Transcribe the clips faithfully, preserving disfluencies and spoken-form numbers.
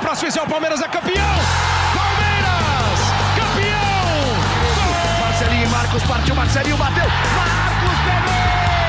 passo inicial, Palmeiras é campeão! Palmeiras! Campeão! Gol! Marcelinho e Marcos partiu, Marcelinho bateu! Marcos pegou!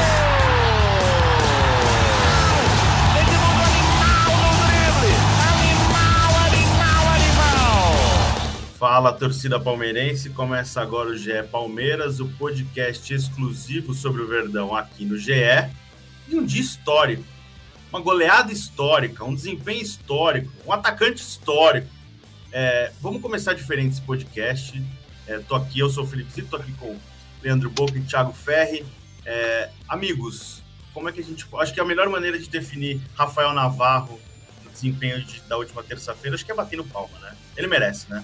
Esse mundo animal no drible! Animal, animal, animal! Fala, torcida palmeirense, começa agora o G E Palmeiras, o podcast exclusivo sobre o Verdão aqui no G E. E um dia histórico. Uma goleada histórica, um desempenho histórico, um atacante histórico. É, vamos começar diferente esse podcast. É, tô aqui, eu sou o Felipe Zito, tô aqui com o Leandro Boca e Thiago Ferri. É, amigos, como é que a gente... Acho que a melhor maneira de definir Rafael Navarro no desempenho de, da última terça-feira, acho que é bater no palma, né? Ele merece, né?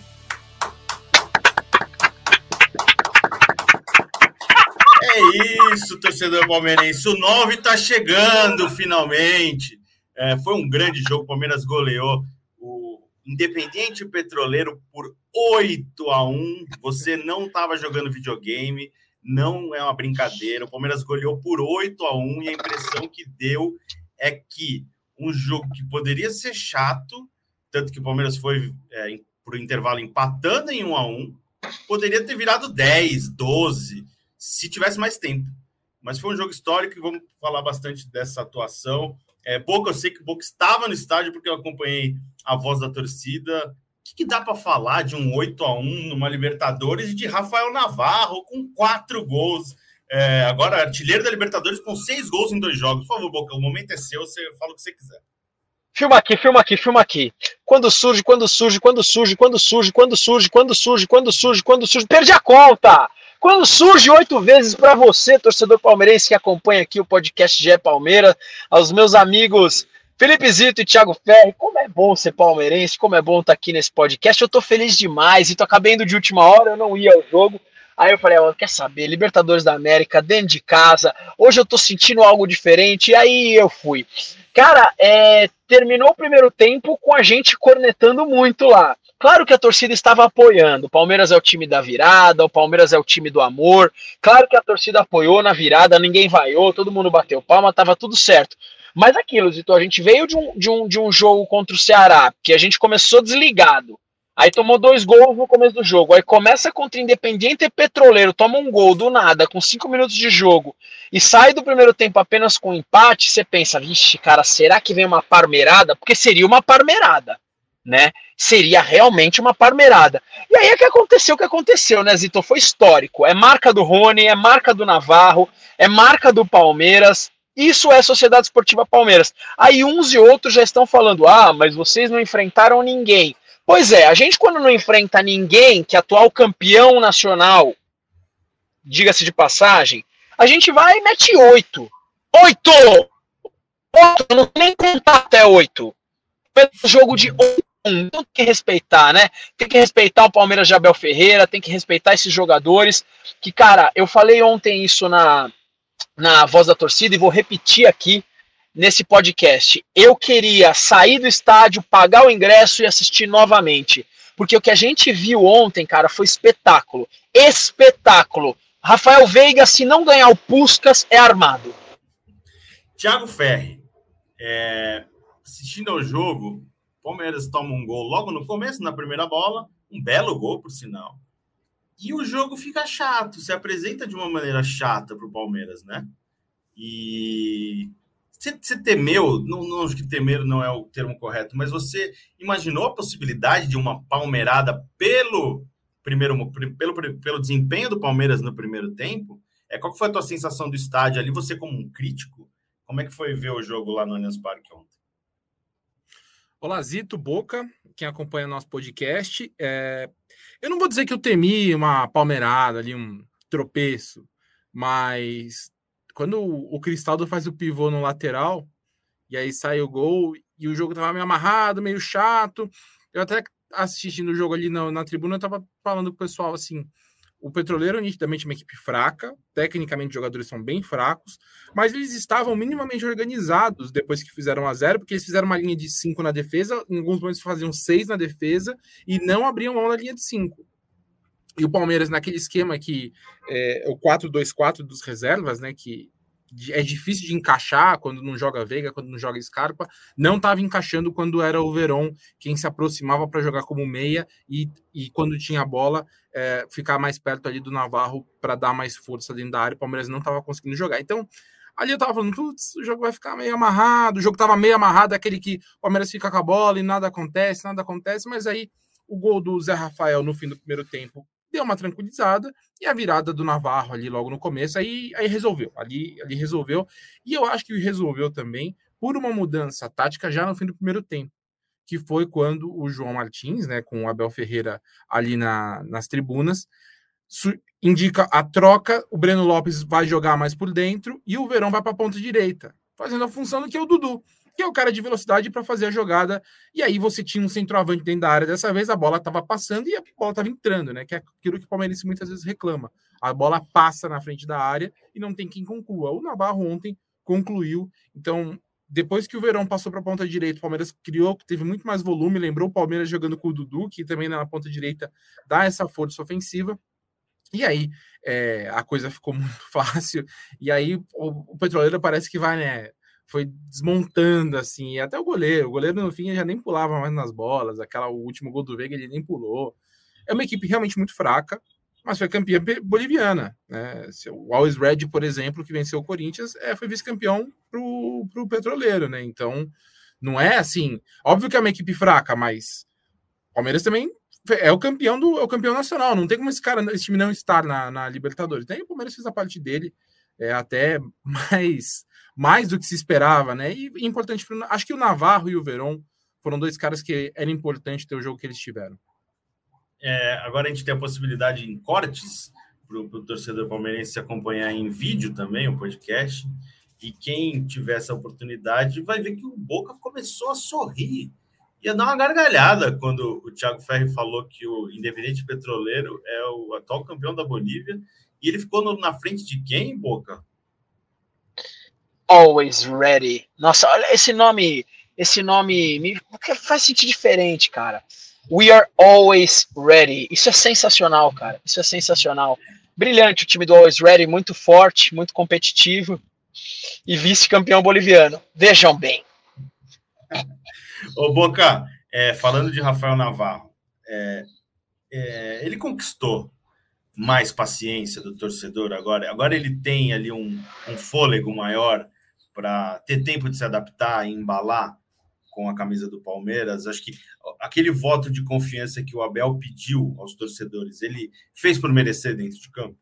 É isso, torcedor palmeirense. O nove tá chegando, finalmente. É, foi um grande jogo. O Palmeiras goleou o Independiente Petroleiro por oito a um. Você não estava jogando videogame, não é uma brincadeira. O Palmeiras goleou por oito a um e a impressão que deu é que um jogo que poderia ser chato, tanto que o Palmeiras foi é, para o intervalo empatando em um a um, poderia ter virado dez, doze, se tivesse mais tempo. Mas foi um jogo histórico e vamos falar bastante dessa atuação. É, Boca, eu sei que o Boca estava no estádio porque eu acompanhei a voz da torcida. O que, que dá para falar de um oito a um numa Libertadores e de Rafael Navarro com quatro gols? É, agora, artilheiro da Libertadores com seis gols em dois jogos. Por favor, Boca, o momento é seu, você fala o que você quiser. Filma aqui, filma aqui, filma aqui. Quando surge, quando surge, quando surge, quando surge, quando surge, quando surge, quando surge, quando surge, perdi a conta! Quando surge oito vezes para você, torcedor palmeirense que acompanha aqui o podcast G E Palmeiras, aos meus amigos Felipe Zito e Thiago Ferri, como é bom ser palmeirense, como é bom estar aqui nesse podcast, eu tô feliz demais, e tô acabei indo de última hora, eu não ia ao jogo, aí eu falei, ah, quer saber, Libertadores da América, dentro de casa, hoje eu tô sentindo algo diferente, e aí eu fui. Cara, é, terminou o primeiro tempo com a gente cornetando muito lá. Claro que a torcida estava apoiando, o Palmeiras é o time da virada, o Palmeiras é o time do amor, claro que a torcida apoiou na virada, ninguém vaiou, todo mundo bateu palma, estava tudo certo. Mas aquilo, Zito, a gente veio de um, de, um, de um jogo contra o Ceará, que a gente começou desligado, aí tomou dois gols no começo do jogo, aí começa contra Independiente Petroleiro, toma um gol do nada, com cinco minutos de jogo, e sai do primeiro tempo apenas com um empate, você pensa, vixe, cara, será que vem uma parmeirada? Porque seria uma parmeirada, né? Seria realmente uma parmeirada. E aí é que aconteceu o que aconteceu, né, Zito? Foi histórico. É marca do Rony, é marca do Navarro, é marca do Palmeiras. Isso é Sociedade Esportiva Palmeiras. Aí uns e outros já estão falando, ah, mas vocês não enfrentaram ninguém. Pois é, a gente quando não enfrenta ninguém, que é atual campeão nacional, diga-se de passagem, a gente vai e mete oito. Oito! Oito! Eu não vou nem contar até oito. Pelo jogo de oito. Então tem que respeitar, né? Tem que respeitar o Palmeiras de Abel Ferreira, tem que respeitar esses jogadores. Que, cara, eu falei ontem isso na, na voz da torcida e vou repetir aqui nesse podcast. Eu queria sair do estádio, pagar o ingresso e assistir novamente. Porque o que a gente viu ontem, cara, foi espetáculo. Espetáculo. Rafael Veiga, se não ganhar o Puskás, é armado. Thiago Ferri, é, assistindo ao jogo, o Palmeiras toma um gol logo no começo, na primeira bola, um belo gol, por sinal. E o jogo fica chato, se apresenta de uma maneira chata para o Palmeiras, né? E você temeu, não, não acho que temer não é o termo correto, mas você imaginou a possibilidade de uma palmeirada pelo, primeiro, pelo, pelo desempenho do Palmeiras no primeiro tempo? É, qual foi a tua sensação do estádio ali? Você como um crítico, como é que foi ver o jogo lá no Allianz Parque ontem? Olá, Zito, Boca, quem acompanha nosso podcast. É... Eu não vou dizer que eu temi uma palmeirada ali, um tropeço, mas quando o Cristaldo faz o pivô no lateral, e aí sai o gol, e o jogo tava meio amarrado, meio chato, eu até assistindo o jogo ali na, na tribuna, eu tava falando com o pessoal assim, o Petroleiro nitidamente é uma equipe fraca, tecnicamente os jogadores são bem fracos, mas eles estavam minimamente organizados depois que fizeram um a zero, porque eles fizeram uma linha de cinco na defesa, em alguns momentos faziam seis na defesa e não abriam mão da linha de cinco. E o Palmeiras, naquele esquema que é o quatro dois quatro dos reservas, né, que é difícil de encaixar quando não joga Veiga, quando não joga Scarpa, não estava encaixando quando era o Verón quem se aproximava para jogar como meia e, e quando tinha a bola, é, ficar mais perto ali do Navarro para dar mais força dentro da área. O Palmeiras não estava conseguindo jogar. Então, ali eu tava falando, putz, o jogo vai ficar meio amarrado, o jogo tava meio amarrado, aquele que o Palmeiras fica com a bola e nada acontece, nada acontece, mas aí o gol do Zé Rafael no fim do primeiro tempo deu uma tranquilizada, e a virada do Navarro ali logo no começo, aí, aí resolveu, ali, ali resolveu, e eu acho que resolveu também por uma mudança tática já no fim do primeiro tempo, que foi quando o João Martins, né, com o Abel Ferreira ali na, nas tribunas, su- indica a troca, o Breno Lopes vai jogar mais por dentro, e o Verón vai para a ponta direita, fazendo a função do que é o Dudu, que é o cara de velocidade para fazer a jogada, e aí você tinha um centroavante dentro da área, dessa vez a bola estava passando e a bola estava entrando, né, que é aquilo que o Palmeiras muitas vezes reclama, a bola passa na frente da área e não tem quem conclua. O Navarro ontem concluiu, então depois que o Verón passou para a ponta direita, o Palmeiras criou, teve muito mais volume, lembrou o Palmeiras jogando com o Dudu, que também na ponta direita dá essa força ofensiva, e aí é, a coisa ficou muito fácil, e aí o, o Petroleiro parece que vai, né, foi desmontando, assim, e até o goleiro, o goleiro no fim já nem pulava mais nas bolas, aquela, o último gol do Veiga ele nem pulou. É uma equipe realmente muito fraca, mas foi campeã boliviana, né? O Always Red, por exemplo, que venceu o Corinthians, é, foi vice-campeão pro, pro Petroleiro, né? Então, não é assim, óbvio que é uma equipe fraca, mas o Palmeiras também é o campeão do é o campeão nacional, não tem como esse cara, esse time não estar na, na Libertadores. Daí o Palmeiras fez a parte dele, é até mais mais do que se esperava, né? E importante, pro, acho que o Navarro e o Verón foram dois caras que era importante ter o jogo que eles tiveram. É, agora a gente tem a possibilidade em cortes para o torcedor palmeirense acompanhar em vídeo também o podcast, e quem tiver essa oportunidade vai ver que o Boca começou a sorrir, ia dar uma gargalhada quando o Thiago Ferri falou que o Independente Petroleiro é o atual campeão da Bolívia, e ele ficou no, na frente de quem, Boca? Always Ready. Nossa, olha esse nome, esse nome me faz sentir diferente, cara. We are always ready. Isso é sensacional, cara. Isso é sensacional. Brilhante o time do Always Ready, muito forte, muito competitivo e vice-campeão boliviano. Vejam bem. Ô, Boca, é, falando de Rafael Navarro, é, é, ele conquistou mais paciência do torcedor agora. Agora ele tem ali um, um fôlego maior para ter tempo de se adaptar e embalar com a camisa do Palmeiras. Acho que aquele voto de confiança que o Abel pediu aos torcedores, ele fez por merecer dentro de campo?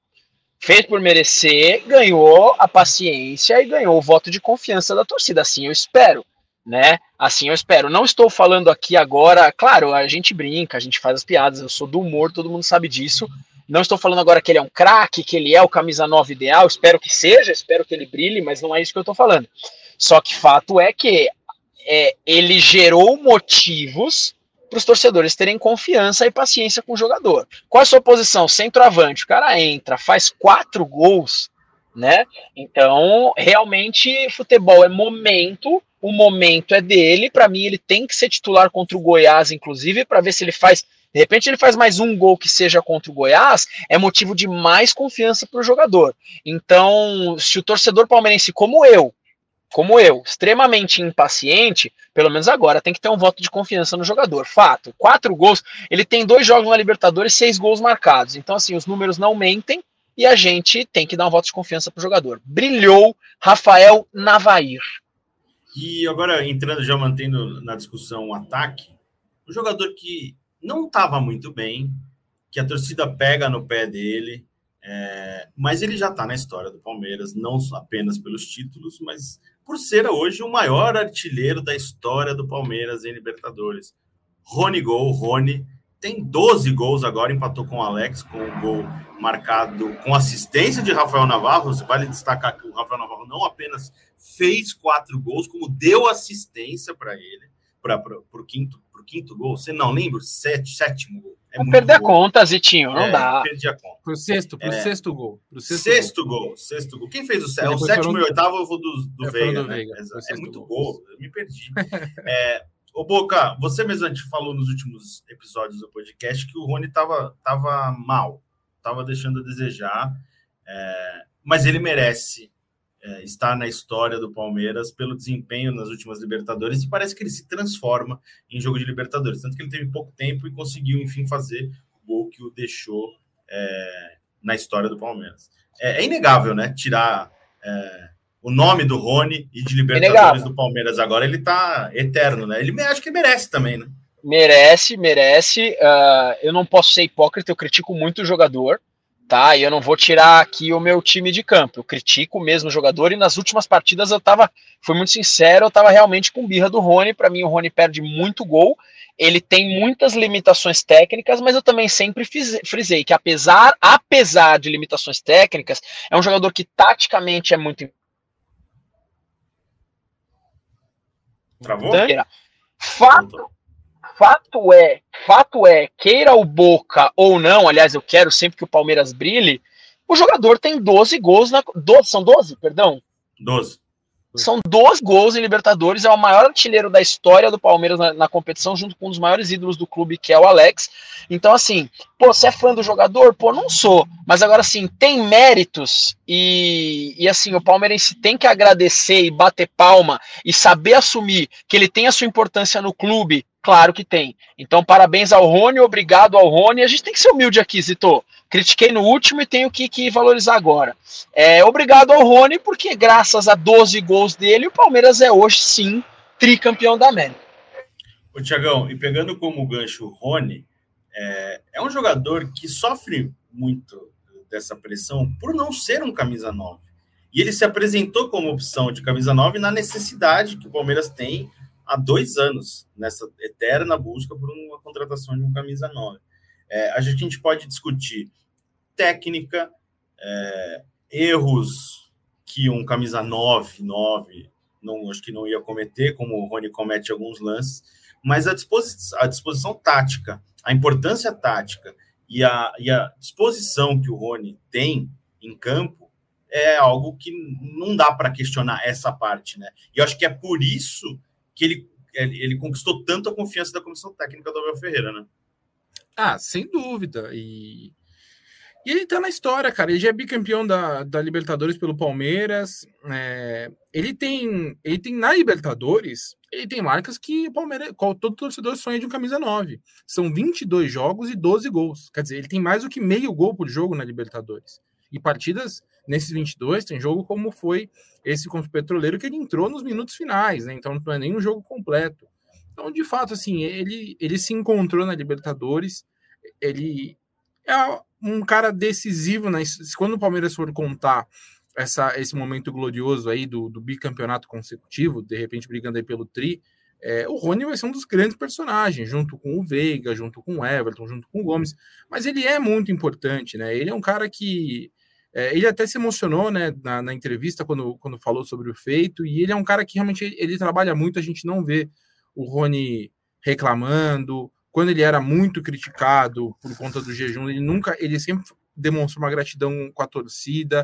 Fez por merecer, ganhou a paciência e ganhou o voto de confiança da torcida. Assim eu espero, né? Assim eu espero. Não estou falando aqui agora, claro, a gente brinca, a gente faz as piadas, eu sou do humor, todo mundo sabe disso. Não estou falando agora que ele é um craque, que ele é o camisa nove ideal, espero que seja, espero que ele brilhe, mas não é isso que eu estou falando. Só que fato é que é, ele gerou motivos para os torcedores terem confiança e paciência com o jogador. Qual é a sua posição? Centroavante. O cara entra, faz quatro gols, né? Então, realmente, futebol é momento, o momento é dele. Para mim, ele tem que ser titular contra o Goiás, inclusive, para ver se ele faz... De repente ele faz mais um gol que seja contra o Goiás, é motivo de mais confiança para o jogador. Então, se o torcedor palmeirense, como eu, como eu, extremamente impaciente, pelo menos agora tem que ter um voto de confiança no jogador. Fato, quatro gols, ele tem dois jogos na Libertadores, seis gols marcados. Então, assim, os números não mentem e a gente tem que dar um voto de confiança para o jogador. Brilhou Rafael Navair. E agora, entrando, já mantendo na discussão o ataque, o jogador que não estava muito bem, que a torcida pega no pé dele, é, mas ele já está na história do Palmeiras, não apenas pelos títulos, mas por ser hoje o maior artilheiro da história do Palmeiras em Libertadores. Rony Gol, Rony, tem doze gols agora, empatou com o Alex, com o gol marcado com assistência de Rafael Navarro. Você vale destacar que o Rafael Navarro não apenas fez quatro gols, como deu assistência para ele, para o quinto, pro quinto gol. Você não lembra? Sete, sétimo gol. É Vou perder gol. a conta, Zitinho, não é, dá. Perdi a conta. Pro sexto, pro é, sexto gol. Pro sexto, sexto gol. gol. Sexto gol. Quem fez o sétimo? O sétimo e o oitavo eu vou do, do é, Veiga. Do né? Veiga. É, é muito gol. gol. Eu me perdi. é, ô, Boca, você mesmo antes falou nos últimos episódios do podcast que o Rony estava tava mal. Estava deixando a desejar. É, mas ele merece é, está na história do Palmeiras pelo desempenho nas últimas Libertadores e parece que ele se transforma em jogo de Libertadores, tanto que ele teve pouco tempo e conseguiu, enfim, fazer o gol que o deixou é, na história do Palmeiras. É, é inegável, né? Tirar é, o nome do Rony e de Libertadores do Palmeiras agora, ele tá eterno, né? Ele acho que merece também, né? Merece, merece. Uh, eu não posso ser hipócrita, eu critico muito o jogador, tá? E eu não vou tirar aqui o meu time de campo. Eu critico mesmo o jogador e nas últimas partidas eu tava, fui muito sincero, eu tava realmente com birra do Rony. Para mim o Rony perde muito gol, ele tem muitas limitações técnicas, mas eu também sempre fiz, frisei que apesar, apesar de limitações técnicas, é um jogador que taticamente é muito Travou? importante. Fato Fato é, fato é, queira o Boca ou não, aliás, eu quero sempre que o Palmeiras brilhe, o jogador tem doze gols, na, doze, são doze, perdão? doze. São doze gols em Libertadores, é o maior artilheiro da história do Palmeiras na, na competição, junto com um dos maiores ídolos do clube, que é o Alex. Então, assim, pô, você é fã do jogador? Pô, não sou. Mas agora, assim, tem méritos e, e assim, o palmeirense tem que agradecer e bater palma e saber assumir que ele tem a sua importância no clube. Claro que tem. Então, parabéns ao Rony, obrigado ao Rony. A gente tem que ser humilde aqui, Zito. Critiquei no último e tenho que, que valorizar agora. É, obrigado ao Rony, porque graças a doze gols dele, o Palmeiras é hoje, sim, tricampeão da América. Ô, Thiagão, e pegando como gancho o Rony, é, é um jogador que sofre muito dessa pressão por não ser um camisa nove. E ele se apresentou como opção de camisa nove na necessidade que o Palmeiras tem há dois anos, nessa eterna busca por uma contratação de um camisa nove. É, a gente pode discutir técnica, é, erros que um camisa nove, nove não, acho que não ia cometer, como o Rony comete alguns lances, mas a disposição, a disposição tática, a importância tática e a, e a disposição que o Rony tem em campo é algo que não dá para questionar essa parte, né? E eu acho que é por isso que ele, ele conquistou tanto a confiança da comissão técnica do Abel Ferreira, né? Ah, sem dúvida. E, e ele tá na história, cara. Ele já é bicampeão da, da Libertadores pelo Palmeiras. É, ele tem, ele tem na Libertadores, ele tem marcas que o Palmeiras, qual, todo torcedor sonha de um camisa nove. São vinte e dois jogos e doze gols. Quer dizer, ele tem mais do que meio gol por jogo na Libertadores. E partidas nesses vinte e dois, tem jogo como foi esse contra o Petroleiro, que ele entrou nos minutos finais, né? Então não é nem um jogo completo. Então, de fato, assim, ele, ele se encontrou na Libertadores, ele é um cara decisivo, né? Quando o Palmeiras for contar essa, esse momento glorioso aí do, do bicampeonato consecutivo, de repente brigando aí pelo tri, é, o Rony vai ser um dos grandes personagens, junto com o Veiga, junto com o Everton, junto com o Gomes, mas ele é muito importante, né? Ele é um cara que É, ele até se emocionou, né, na, na entrevista quando, quando falou sobre o feito, e ele é um cara que realmente ele, ele trabalha muito. A gente não vê o Rony reclamando. Quando ele era muito criticado por conta do jejum, ele nunca, ele sempre demonstrou uma gratidão com a torcida,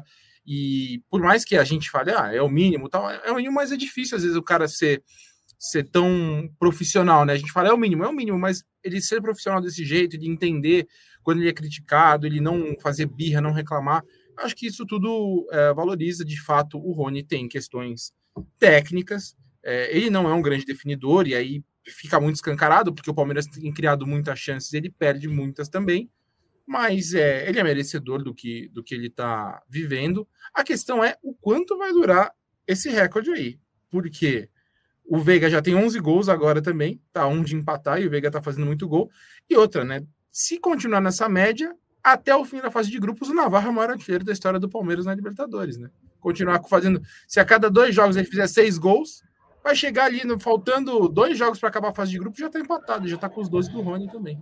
e por mais que a gente fale, ah, é o mínimo, tal, é o mínimo, mas é difícil às vezes o cara ser, ser tão profissional, né? A gente fala, é o mínimo, é o mínimo, mas ele ser profissional desse jeito, de entender quando ele é criticado, ele não fazer birra, não reclamar. Acho que isso tudo é, valoriza, de fato. O Rony tem questões técnicas, é, ele não é um grande definidor, e aí fica muito escancarado, porque o Palmeiras tem criado muitas chances, ele perde muitas também, mas é, ele é merecedor do que, do que ele está vivendo. A questão é o quanto vai durar esse recorde aí, porque o Veiga já tem onze gols agora também, tá um de empatar, e o Veiga tá fazendo muito gol, e outra, né, se continuar nessa média, até o fim da fase de grupos, o Navarro é o maior artilheiro da história do Palmeiras na Libertadores, né? Continuar fazendo... Se a cada dois jogos ele fizer seis gols, vai chegar ali, no, faltando dois jogos para acabar a fase de grupos, já tá empatado, já tá com os doze do Rony também.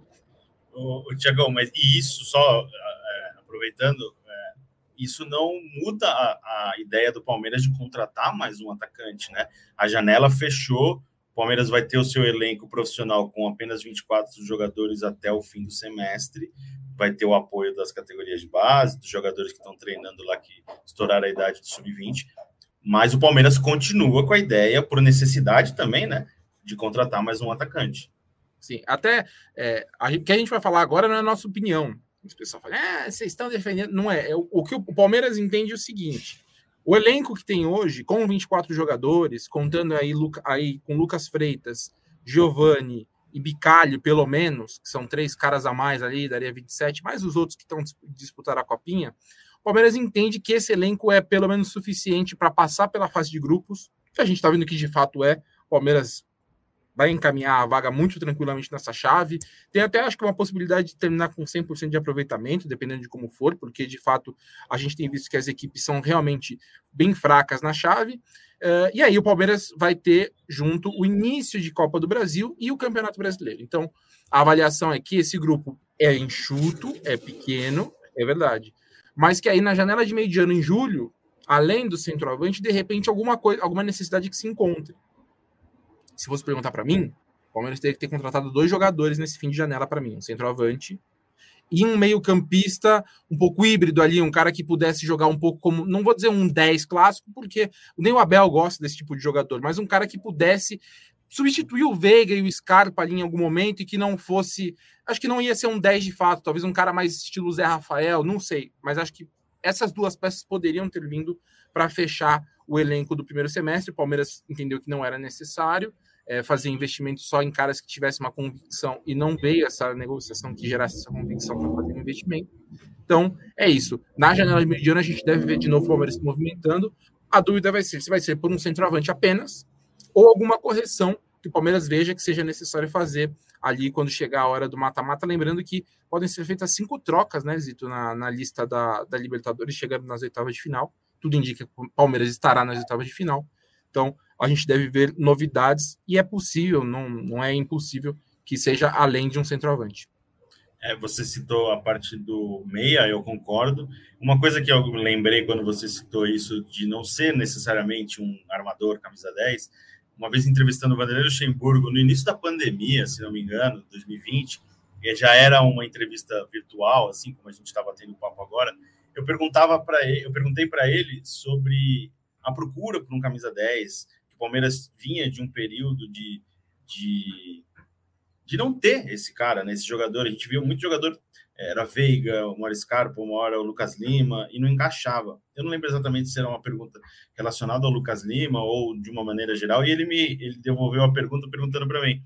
O, o Thiagão, mas e isso, só é, aproveitando, é, isso não muda a, a ideia do Palmeiras de contratar mais um atacante, né? A janela fechou, o Palmeiras vai ter o seu elenco profissional com apenas vinte e quatro jogadores até o fim do semestre, vai ter o apoio das categorias de base, dos jogadores que estão treinando lá, que estouraram a idade do sub vinte, mas o Palmeiras continua com a ideia, por necessidade também, né, de contratar mais um atacante. Sim, até é, a gente, o que a gente vai falar agora não é a nossa opinião. Os pessoal falam, ah, vocês estão defendendo. Não é, é o, o que o Palmeiras entende é o seguinte, O elenco que tem hoje, com vinte e quatro jogadores, contando aí, aí com Lucas Freitas, Giovani e Bicalho, pelo menos, que são três caras a mais ali, daria vinte e sete, mais os outros que estão disputando a Copinha, o Palmeiras entende que esse elenco é pelo menos suficiente para passar pela fase de grupos, que a gente está vendo que de fato é. O Palmeiras vai encaminhar a vaga muito tranquilamente nessa chave. Tem até, acho que, uma possibilidade de terminar com cem por cento de aproveitamento, dependendo de como for, porque, de fato, a gente tem visto que as equipes são realmente bem fracas na chave. Uh, e aí o Palmeiras vai ter junto o início de Copa do Brasil e o Campeonato Brasileiro. Então, a avaliação é que esse grupo é enxuto, é pequeno, é verdade. Mas que aí, na janela de meio de ano, em julho, além do centroavante, de repente, alguma coisa, alguma necessidade que se encontre. Se você perguntar para mim, o Palmeiras teria que ter contratado dois jogadores nesse fim de janela para mim, um centroavante e um meio-campista um pouco híbrido ali, um cara que pudesse jogar um pouco como, não vou dizer um dez clássico, porque nem o Abel gosta desse tipo de jogador, mas um cara que pudesse substituir o Veiga e o Scarpa ali em algum momento e que não fosse, acho que não ia ser um dez de fato, talvez um cara mais estilo Zé Rafael, não sei, mas acho que essas duas peças poderiam ter vindo para fechar o elenco do primeiro semestre. O Palmeiras entendeu que não era necessário é, fazer investimento só em caras que tivessem uma convicção e não veio essa negociação que gerasse essa convicção para fazer um investimento. Então, é isso. Na janela de meio de ano, a gente deve ver de novo o Palmeiras se movimentando. A dúvida vai ser se vai ser por um centroavante apenas ou alguma correção que o Palmeiras veja que seja necessário fazer ali quando chegar a hora do mata-mata. Lembrando que podem ser feitas cinco trocas, né, Zito, na, na lista da, da Libertadores, chegando nas oitavas de final. Tudo indica que o Palmeiras estará nas oitavas de final. Então, a gente deve ver novidades e é possível, não, não é impossível que seja além de um centroavante. É, você citou a parte do meia, eu concordo. Uma coisa que eu lembrei quando você citou isso de não ser necessariamente um armador, camisa dez, uma vez entrevistando o Vanderlei Luxemburgo no início da pandemia, se não me engano, dois mil e vinte, já era uma entrevista virtual, assim como a gente estava tendo papo agora. Eu perguntava para ele, eu perguntei para ele sobre a procura por um camisa dez, que o Palmeiras vinha de um período de, de, de não ter esse cara, né, esse jogador. A gente viu muito jogador, era Veiga, uma hora Scarpa, uma hora o Lucas Lima, e não encaixava. Eu não lembro exatamente se era uma pergunta relacionada ao Lucas Lima ou de uma maneira geral, e ele me ele devolveu a pergunta perguntando para mim,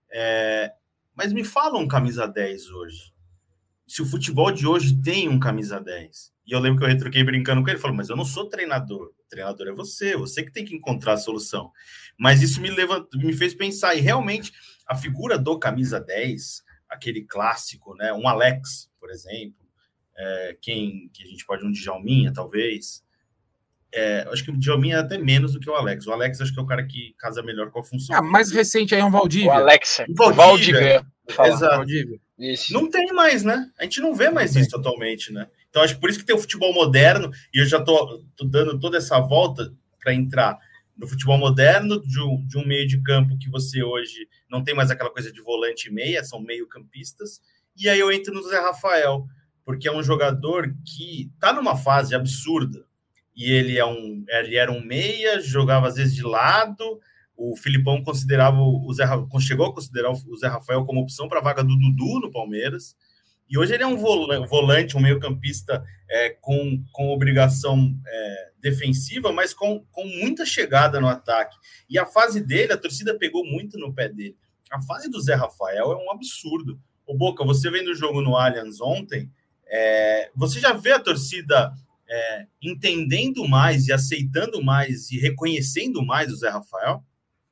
é, mas me fala um camisa dez hoje. Se o futebol de hoje tem um camisa dez. E eu lembro que eu retruquei brincando com ele, falou, mas eu não sou treinador, o treinador é você, você que tem que encontrar a solução. Mas isso me, leva, me fez pensar, e realmente a figura do camisa dez, aquele clássico, né, um Alex, por exemplo, é, quem que a gente pode, um Djalminha, talvez, é, acho que o Djalminha é até menos do que o Alex. O Alex acho que é o cara que casa melhor com a função. Ah, mais recente aí é um Valdívia. O Alex, o Valdívia. Exato. Valdívia. Isso. Não tem mais, né? A gente não vê mais não isso tem. atualmente, né? Então, acho que por isso que tem o futebol moderno, e eu já tô, tô dando toda essa volta para entrar no futebol moderno, de um, de um meio de campo que você hoje não tem mais aquela coisa de volante e meia, são meio-campistas, e aí eu entro no Zé Rafael, porque é um jogador que tá numa fase absurda, e ele, é um, ele era um meia, jogava às vezes de lado. O Filipão considerava o Zé, chegou a considerar o Zé Rafael como opção para a vaga do Dudu no Palmeiras. E hoje ele é um volante, um meio-campista é, com, com obrigação é, defensiva, mas com, com muita chegada no ataque. E a fase dele, a torcida pegou muito no pé dele. A fase do Zé Rafael é um absurdo. Ô Boca, você vendo o jogo no Allianz ontem, é, você já vê a torcida é, entendendo mais e aceitando mais e reconhecendo mais o Zé Rafael?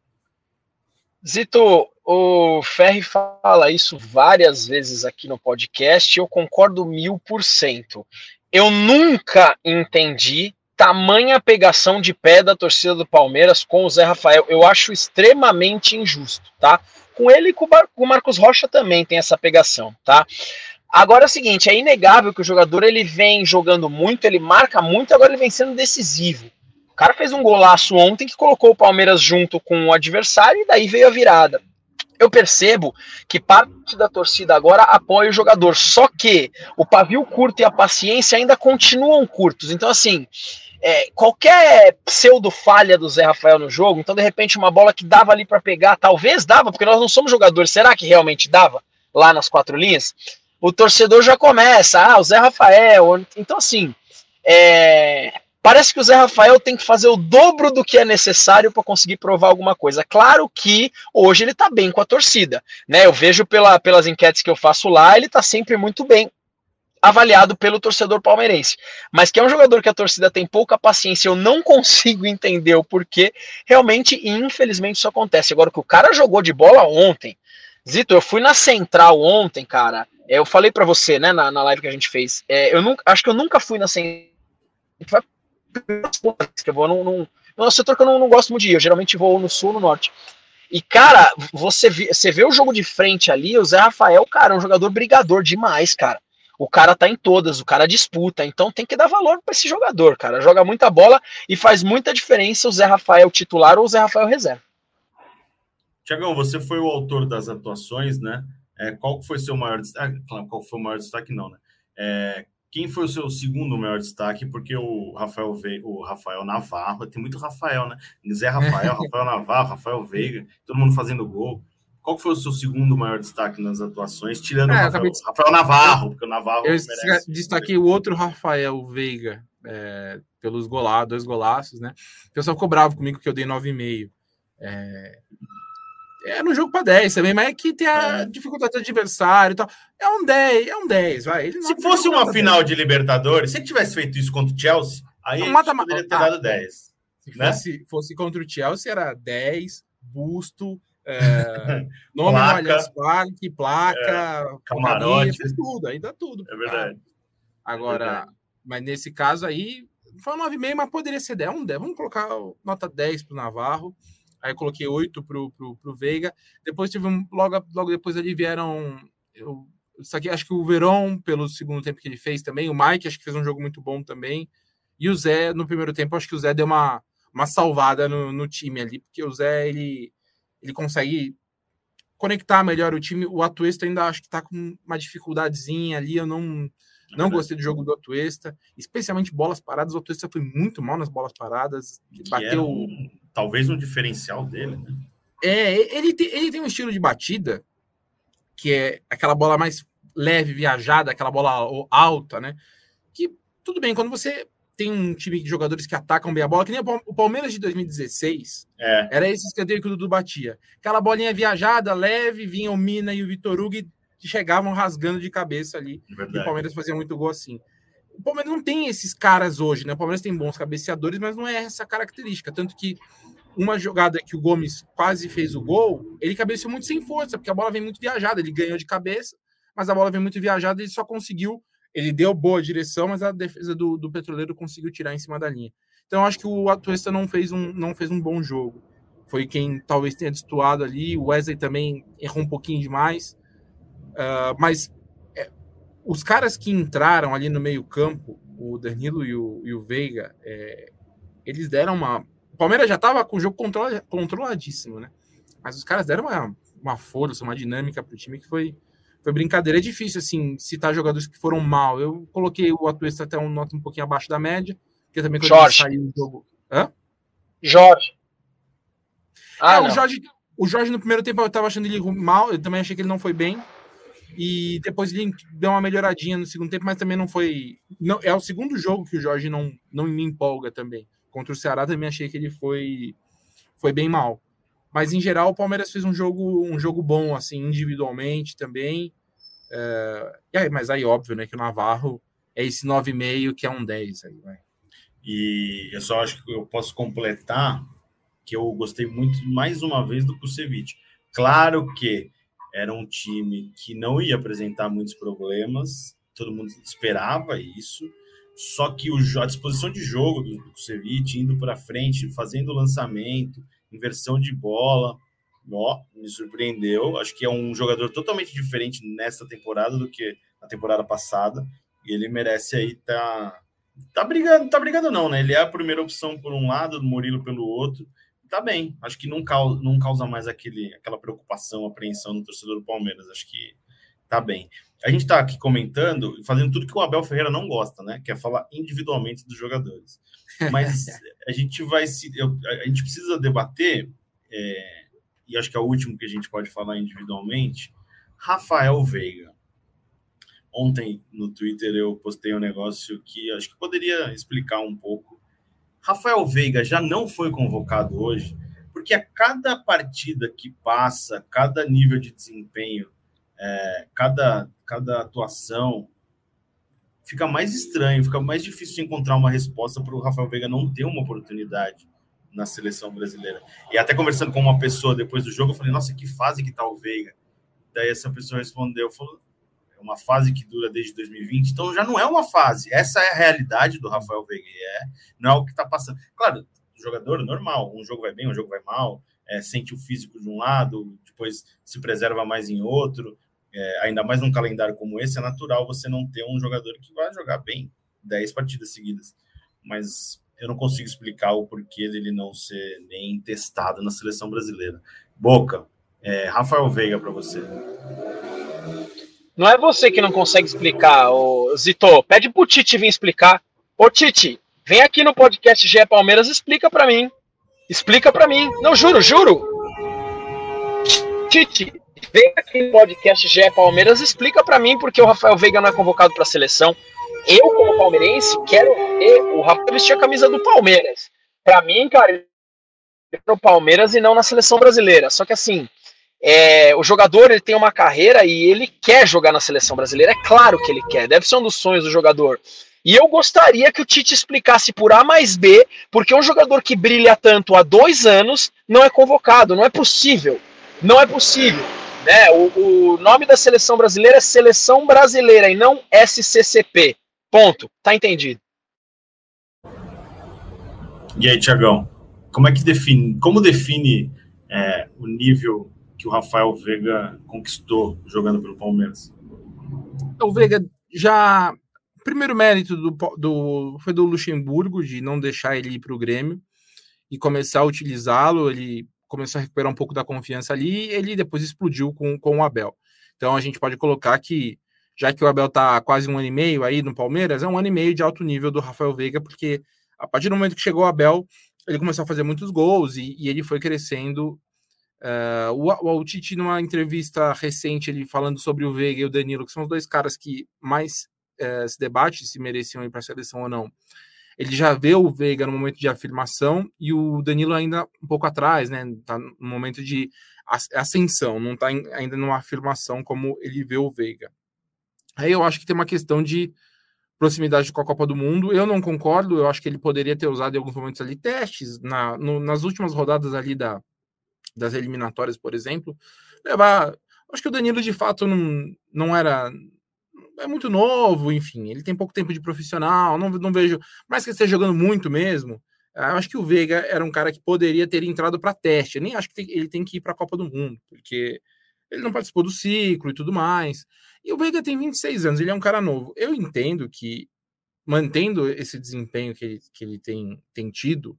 Zito, o Ferri fala isso várias vezes aqui no podcast e eu concordo mil por cento. Eu nunca entendi tamanha pegação de pé da torcida do Palmeiras com o Zé Rafael. Eu acho extremamente injusto, tá? Com ele e com o Marcos Rocha também tem essa pegação, tá? Agora é o seguinte, é inegável que o jogador ele vem jogando muito, ele marca muito, agora ele vem sendo decisivo. O cara fez um golaço ontem que colocou o Palmeiras junto com o adversário e daí veio a virada. Eu percebo que parte da torcida agora apoia o jogador, só que o pavio curto e a paciência ainda continuam curtos. Então, assim, é, qualquer pseudo-falha do Zé Rafael no jogo, então, de repente, uma bola que dava ali para pegar, talvez dava, porque nós não somos jogadores, será que realmente dava lá nas quatro linhas? O torcedor já começa, ah, o Zé Rafael. Então, assim, é... Parece que o Zé Rafael tem que fazer o dobro do que é necessário para conseguir provar alguma coisa. Claro que hoje ele está bem com a torcida, né? Eu vejo pela, pelas enquetes que eu faço lá, ele está sempre muito bem avaliado pelo torcedor palmeirense. Mas que é um jogador que a torcida tem pouca paciência, eu não consigo entender o porquê. Realmente, e infelizmente, isso acontece. Agora, que o cara jogou de bola ontem. Zito, eu fui na Central ontem, cara. Eu falei para você, né, na, na live que a gente fez. É, eu nunca, acho que eu nunca fui na Central. Que eu vou num, num, num setor que eu não, não gosto muito de ir. Eu geralmente vou no sul, no norte. E, cara, você, vi, você vê o jogo de frente ali, o Zé Rafael, cara, é um jogador brigador demais, cara. O cara tá em todas, o cara disputa, então tem que dar valor para esse jogador, cara. Joga muita bola e faz muita diferença o Zé Rafael titular ou o Zé Rafael reserva. Tiagão, você foi o autor das atuações, né? É, qual foi o seu maior destaque? Qual foi o maior destaque, não, né? É, quem foi o seu segundo maior destaque? Porque o Rafael Veiga, o Rafael Navarro, tem muito Rafael, né? Zé Rafael, Rafael Navarro, Rafael Veiga, todo mundo fazendo gol. Qual foi o seu segundo maior destaque nas atuações, tirando é, o Rafael, de... Rafael Navarro, porque o Navarro eu merece. Destaquei o outro Rafael Veiga, é, pelos golaços, dois golaços, né? O pessoal ficou bravo comigo que eu dei nove vírgula cinco. É... é no jogo para dez também, mas é que tem a é. dificuldade do adversário e tal. É um dez, é um dez, vai. Ele se fosse uma final dez. De Libertadores, se ele tivesse feito isso contra o Chelsea, aí ele poderia ter ah, dado dez. Se né? fosse, fosse contra o Chelsea, era dez, busto, é, nome placa, no Allianz Parque, placa, é, camarote, fez tudo, ainda tudo. É verdade. Agora, é verdade. Mas nesse caso aí, foi nove vírgula cinco, mas poderia ser dez, um dez. Vamos colocar nota dez pro Navarro. Aí eu coloquei oito pro, pro, pro Veiga. Depois tive um. Logo, logo depois ali vieram. Eu, isso aqui, acho que o Verón, pelo segundo tempo que ele fez também. O Mike, acho que fez um jogo muito bom também. E o Zé, no primeiro tempo, acho que o Zé deu uma, uma salvada no, no time ali, porque o Zé, ele, ele consegue conectar melhor o time. O Atuesta ainda acho que tá com uma dificuldadezinha ali. Eu não. Não gostei do jogo do Atuesta, especialmente bolas paradas. O Atuesta foi muito mal nas bolas paradas. Bateu. Um, talvez um diferencial dele, né? É, ele tem, ele tem um estilo de batida que é aquela bola mais leve, viajada, aquela bola alta, né? Que tudo bem, quando você tem um time de jogadores que atacam bem a bola, que nem o Palmeiras de dois mil e dezesseis, é. Era esse escanteio que o Dudu batia. Aquela bolinha viajada, leve, vinha o Mina e o Vitor Hugo que chegavam rasgando de cabeça ali. Verdade. E o Palmeiras fazia muito gol assim. O Palmeiras não tem esses caras hoje, né? O Palmeiras tem bons cabeceadores, mas não é essa característica. Tanto que uma jogada que o Gomes quase fez o gol, ele cabeceou muito sem força, porque a bola vem muito viajada. Ele ganhou de cabeça, mas a bola vem muito viajada e ele só conseguiu... Ele deu boa direção, mas a defesa do, do Petroleiro conseguiu tirar em cima da linha. Então, eu acho que o Atuesta não fez um, não fez um bom jogo. Foi quem talvez tenha destoado ali. O Wesley também errou um pouquinho demais. Uh, mas é, os caras que entraram ali no meio campo, o Danilo e o, e o Veiga, é, eles deram uma... O Palmeiras já estava com o jogo controla, controladíssimo, né? Mas os caras deram uma, uma força, uma dinâmica para o time que foi, foi brincadeira. É difícil, assim, citar jogadores que foram mal. Eu coloquei o Atuesta até um nota um pouquinho abaixo da média, porque também quando Jorge. Saiu do jogo... Hã? Jorge. Ah, é, o Jorge. O Jorge no primeiro tempo eu estava achando ele mal, eu também achei que ele não foi bem. E depois ele deu uma melhoradinha no segundo tempo, mas também não foi... Não, é o segundo jogo que o Jorge não, não me empolga também. Contra o Ceará também achei que ele foi, foi bem mal. Mas, em geral, o Palmeiras fez um jogo, um jogo bom, assim, individualmente também. É... E aí, mas aí, óbvio, né, que o Navarro é esse nove vírgula cinco que é um dez. Aí, vai. E eu só acho que eu posso completar que eu gostei muito, mais uma vez, do Kusevich. Claro que era um time que não ia apresentar muitos problemas, todo mundo esperava isso, só que o, a disposição de jogo do Kusevich, indo para frente, fazendo lançamento, inversão de bola, ó, me surpreendeu. Acho que é um jogador totalmente diferente nessa temporada do que na temporada passada, e ele merece aí tá, tá brigando, tá brigando não, né? Ele é a primeira opção por um lado, o Murilo pelo outro. Tá bem, acho que não causa, não causa mais aquele, aquela preocupação, apreensão no torcedor do Palmeiras, acho que tá bem. A gente tá aqui comentando, fazendo tudo que o Abel Ferreira não gosta, né, que é falar individualmente dos jogadores, mas a gente vai se, eu, a gente precisa debater, é, e acho que é o último que a gente pode falar individualmente, Rafael Veiga. Ontem no Twitter eu postei um negócio que acho que poderia explicar um pouco Rafael Veiga já não foi convocado hoje, porque a cada partida que passa, cada nível de desempenho, é, cada, cada atuação, fica mais estranho, fica mais difícil de encontrar uma resposta para o Rafael Veiga não ter uma oportunidade na seleção brasileira. E até conversando com uma pessoa depois do jogo, eu falei, nossa, que fase que tá o Veiga? Daí essa pessoa respondeu, falou, é uma fase que dura desde dois mil e vinte, então já não é uma fase, essa é a realidade do Rafael Veiga, é, não é o que está passando. Claro, jogador normal, um jogo vai bem, um jogo vai mal, é, sente o físico de um lado, depois se preserva mais em outro, é, ainda mais num calendário como esse, é natural você não ter um jogador que vai jogar bem dez partidas seguidas, mas eu não consigo explicar o porquê dele não ser nem testado na seleção brasileira. Boca, é, Rafael Veiga para você. Não é você que não consegue explicar, ô Zito. Pede pro Tite vir explicar. Ô Tite, vem aqui no podcast G E Palmeiras e explica pra mim. Explica pra mim. Não, juro, juro. Tite, vem aqui no podcast G E Palmeiras e explica pra mim porque o Rafael Veiga não é convocado pra seleção. Eu, como palmeirense, quero ver o Rafael vestir a camisa do Palmeiras. Pra mim, cara, ele é pro Palmeiras e não na seleção brasileira. Só que assim... É, o jogador ele tem uma carreira e ele quer jogar na seleção brasileira, é claro que ele quer, deve ser um dos sonhos do jogador. E eu gostaria que o Tite explicasse por A mais B, porque um jogador que brilha tanto há dois anos não é convocado, não é possível, não é possível. Né? O, o nome da seleção brasileira é Seleção Brasileira e não S C C P. Ponto, tá entendido. E aí, Thiagão, como é que define, como define é, o nível que o Rafael Veiga conquistou jogando pelo Palmeiras? O Veiga já... O primeiro mérito do, do, foi do Luxemburgo, de não deixar ele ir para o Grêmio e começar a utilizá-lo. Ele começou a recuperar um pouco da confiança ali e ele depois explodiu com, com o Abel. Então a gente pode colocar que, já que o Abel está quase um ano e meio aí no Palmeiras, é um ano e meio de alto nível do Rafael Veiga, porque a partir do momento que chegou o Abel, ele começou a fazer muitos gols e, e ele foi crescendo. Uh, o, o Tite, numa entrevista recente, ele falando sobre o Veiga e o Danilo, que são os dois caras que mais uh, se debate se mereciam ir para a seleção ou não. Ele já vê o Veiga no momento de afirmação e o Danilo ainda um pouco atrás, né? Tá no momento de ascensão, não está ainda numa afirmação como ele vê o Veiga. Aí eu acho que tem uma questão de proximidade com a Copa do Mundo. Eu não concordo, eu acho que ele poderia ter usado em alguns momentos ali testes, na, no, nas últimas rodadas ali da das eliminatórias, por exemplo, levar... Acho que o Danilo, de fato, não, não era... É muito novo, enfim, ele tem pouco tempo de profissional, não, não vejo... Mais que ele esteja jogando muito mesmo, eu acho que o Veiga era um cara que poderia ter entrado para teste. Eu nem acho que tem, ele tem que ir para a Copa do Mundo, porque ele não participou do ciclo e tudo mais. E o Veiga tem vinte e seis anos, ele é um cara novo. Eu entendo que, mantendo esse desempenho que ele, que ele tem, tem tido,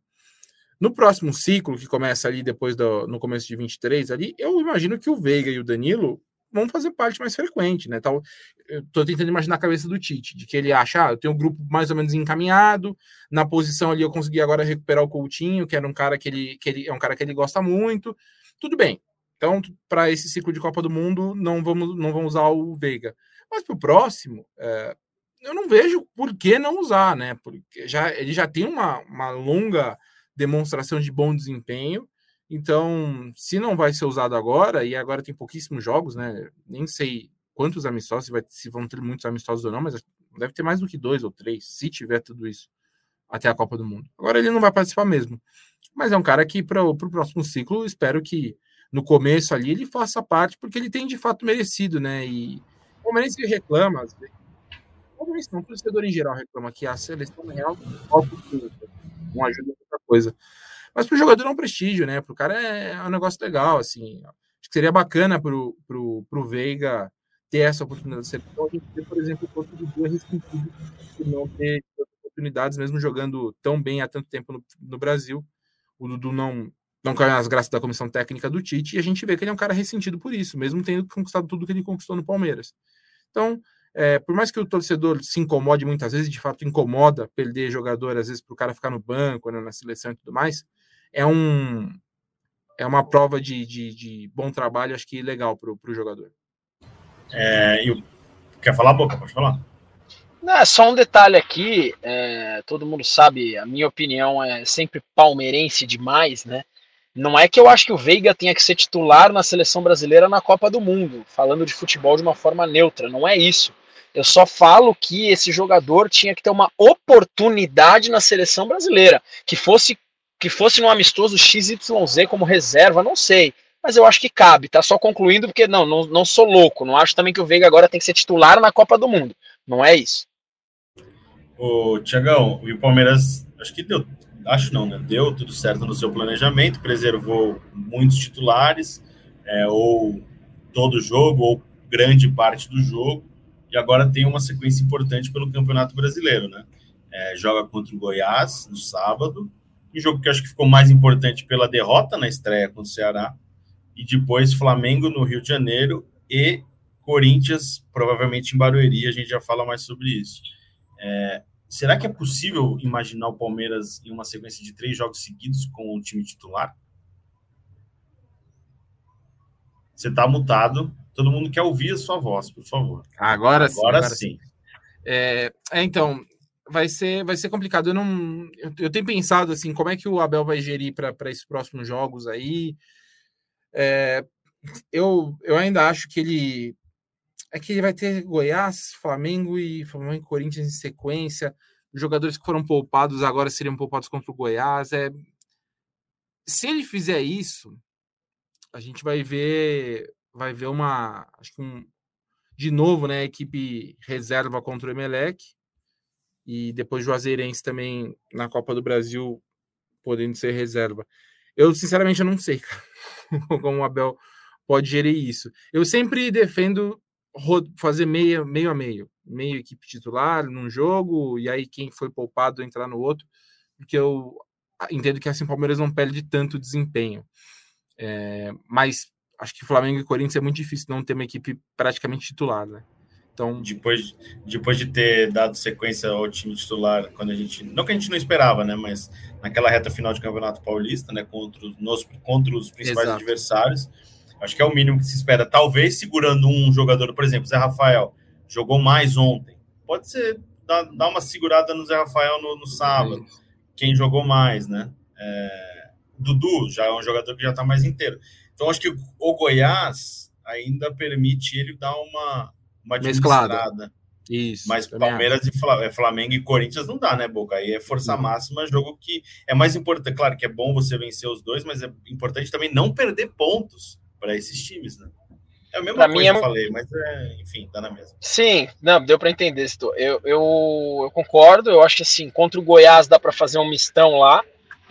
no próximo ciclo, que começa ali depois do no começo de vinte e três, ali, eu imagino que o Veiga e o Danilo vão fazer parte mais frequente, né? Tal, eu tô tentando imaginar a cabeça do Tite, de que ele acha, ah, eu tenho um grupo mais ou menos encaminhado, na posição ali eu consegui agora recuperar o Coutinho, que era um cara que ele, que ele é um cara que ele gosta muito. Tudo bem. Então, para esse ciclo de Copa do Mundo, não vamos, não vamos usar o Veiga. Mas para o próximo, é, eu não vejo por que não usar, né? Porque já, ele já tem uma, uma longa demonstração de bom desempenho, então se não vai ser usado agora, e agora tem pouquíssimos jogos, né, nem sei quantos amistosos, se, vai, se vão ter muitos amistosos ou não, mas deve ter mais do que dois ou três, se tiver tudo isso, até a Copa do Mundo. Agora ele não vai participar mesmo, mas é um cara que para o próximo ciclo, espero que no começo ali ele faça parte, porque ele tem de fato merecido, né, e o Palmeirense reclama, às vezes, o Palmeirense não, o torcedor em geral reclama que a seleção real não ajuda outra coisa. Mas pro jogador é um prestígio, né? Pro cara é, é um negócio legal, assim. Acho que seria bacana pro, pro, pro Veiga ter essa oportunidade de ser. Então, a gente vê, por exemplo, o corpo do Dudu é ressentido por não ter oportunidades, mesmo jogando tão bem há tanto tempo no, no Brasil. O Dudu não, não caiu nas graças da comissão técnica do Tite, e a gente vê que ele é um cara ressentido por isso, mesmo tendo conquistado tudo que ele conquistou no Palmeiras. Então, É, por mais que o torcedor se incomode muitas vezes, de fato incomoda perder jogador, às vezes para o cara ficar no banco, né, na seleção e tudo mais, é, um, é uma prova de, de, de bom trabalho, acho que legal para o jogador. É, eu... Quer falar, Boca? Pode falar. Não, é só um detalhe aqui, é, todo mundo sabe, a minha opinião é sempre palmeirense demais, né? Não é que eu acho que o Veiga tenha que ser titular na seleção brasileira na Copa do Mundo, falando de futebol de uma forma neutra, não é isso. Eu só falo que esse jogador tinha que ter uma oportunidade na seleção brasileira, que fosse que fosse num amistoso X Y Z como reserva, não sei. Mas eu acho que cabe, tá só concluindo, porque não, não, não sou louco, não acho também que o Veiga agora tem que ser titular na Copa do Mundo, não é isso. Ô, Tiagão, e o Palmeiras, acho que deu, acho não, né? Deu tudo certo no seu planejamento, preservou muitos titulares, é, ou todo o jogo, ou grande parte do jogo, e agora tem uma sequência importante pelo Campeonato Brasileiro, né? É, joga contra o Goiás no sábado, um jogo que eu acho que ficou mais importante pela derrota na estreia contra o Ceará, e depois Flamengo no Rio de Janeiro e Corinthians, provavelmente em Barueri, a gente já fala mais sobre isso. É, será que é possível imaginar o Palmeiras em uma sequência de três jogos seguidos com o time titular? Você está mutado. Todo mundo quer ouvir a sua voz, por favor. Agora, agora sim. Agora sim. sim. É, é, então, vai ser, vai ser complicado. Eu, não, eu, eu tenho pensado assim, como é que o Abel vai gerir para esses próximos jogos aí. É, eu, eu ainda acho que ele é que ele vai ter Goiás, Flamengo e Flamengo e Corinthians em sequência. Os jogadores que foram poupados agora seriam poupados contra o Goiás. É, se ele fizer isso, a gente vai ver, vai ver uma, acho que um, de novo, né, a equipe reserva contra o Emelec e depois o Juazeirense também na Copa do Brasil podendo ser reserva. Eu, sinceramente, eu não sei como o Abel pode gerir isso. Eu sempre defendo fazer meio, meio a meio. Meio equipe titular num jogo, e aí quem foi poupado entrar no outro, porque eu entendo que assim o Palmeiras não perde tanto desempenho. É, mas acho que Flamengo e Corinthians é muito difícil não ter uma equipe praticamente titular, né? Então, depois, depois de ter dado sequência ao time titular, quando a gente, não que a gente não esperava, né, mas naquela reta final de Campeonato Paulista, né, contra os, nos, contra os principais Exato. adversários, acho que é o mínimo que se espera. Talvez segurando um jogador, por exemplo, Zé Rafael, jogou mais ontem. Pode ser, dar, dar uma segurada no Zé Rafael no, no sábado, é quem jogou mais, né? É, Dudu já é um jogador que já está mais inteiro. Então, acho que o Goiás ainda permite ele dar uma, uma administrada. Isso. Mas Palmeiras e Flamengo e Corinthians não dá, né, Boca? Aí é força uhum. máxima, jogo que é mais importante. Claro que é bom você vencer os dois, mas é importante também não perder pontos para esses times, né? É a mesma pra coisa que eu falei, mas é, enfim, tá na mesma. Sim, não, deu para entender. Eu, eu, eu concordo, eu acho que assim, contra o Goiás dá para fazer um mistão lá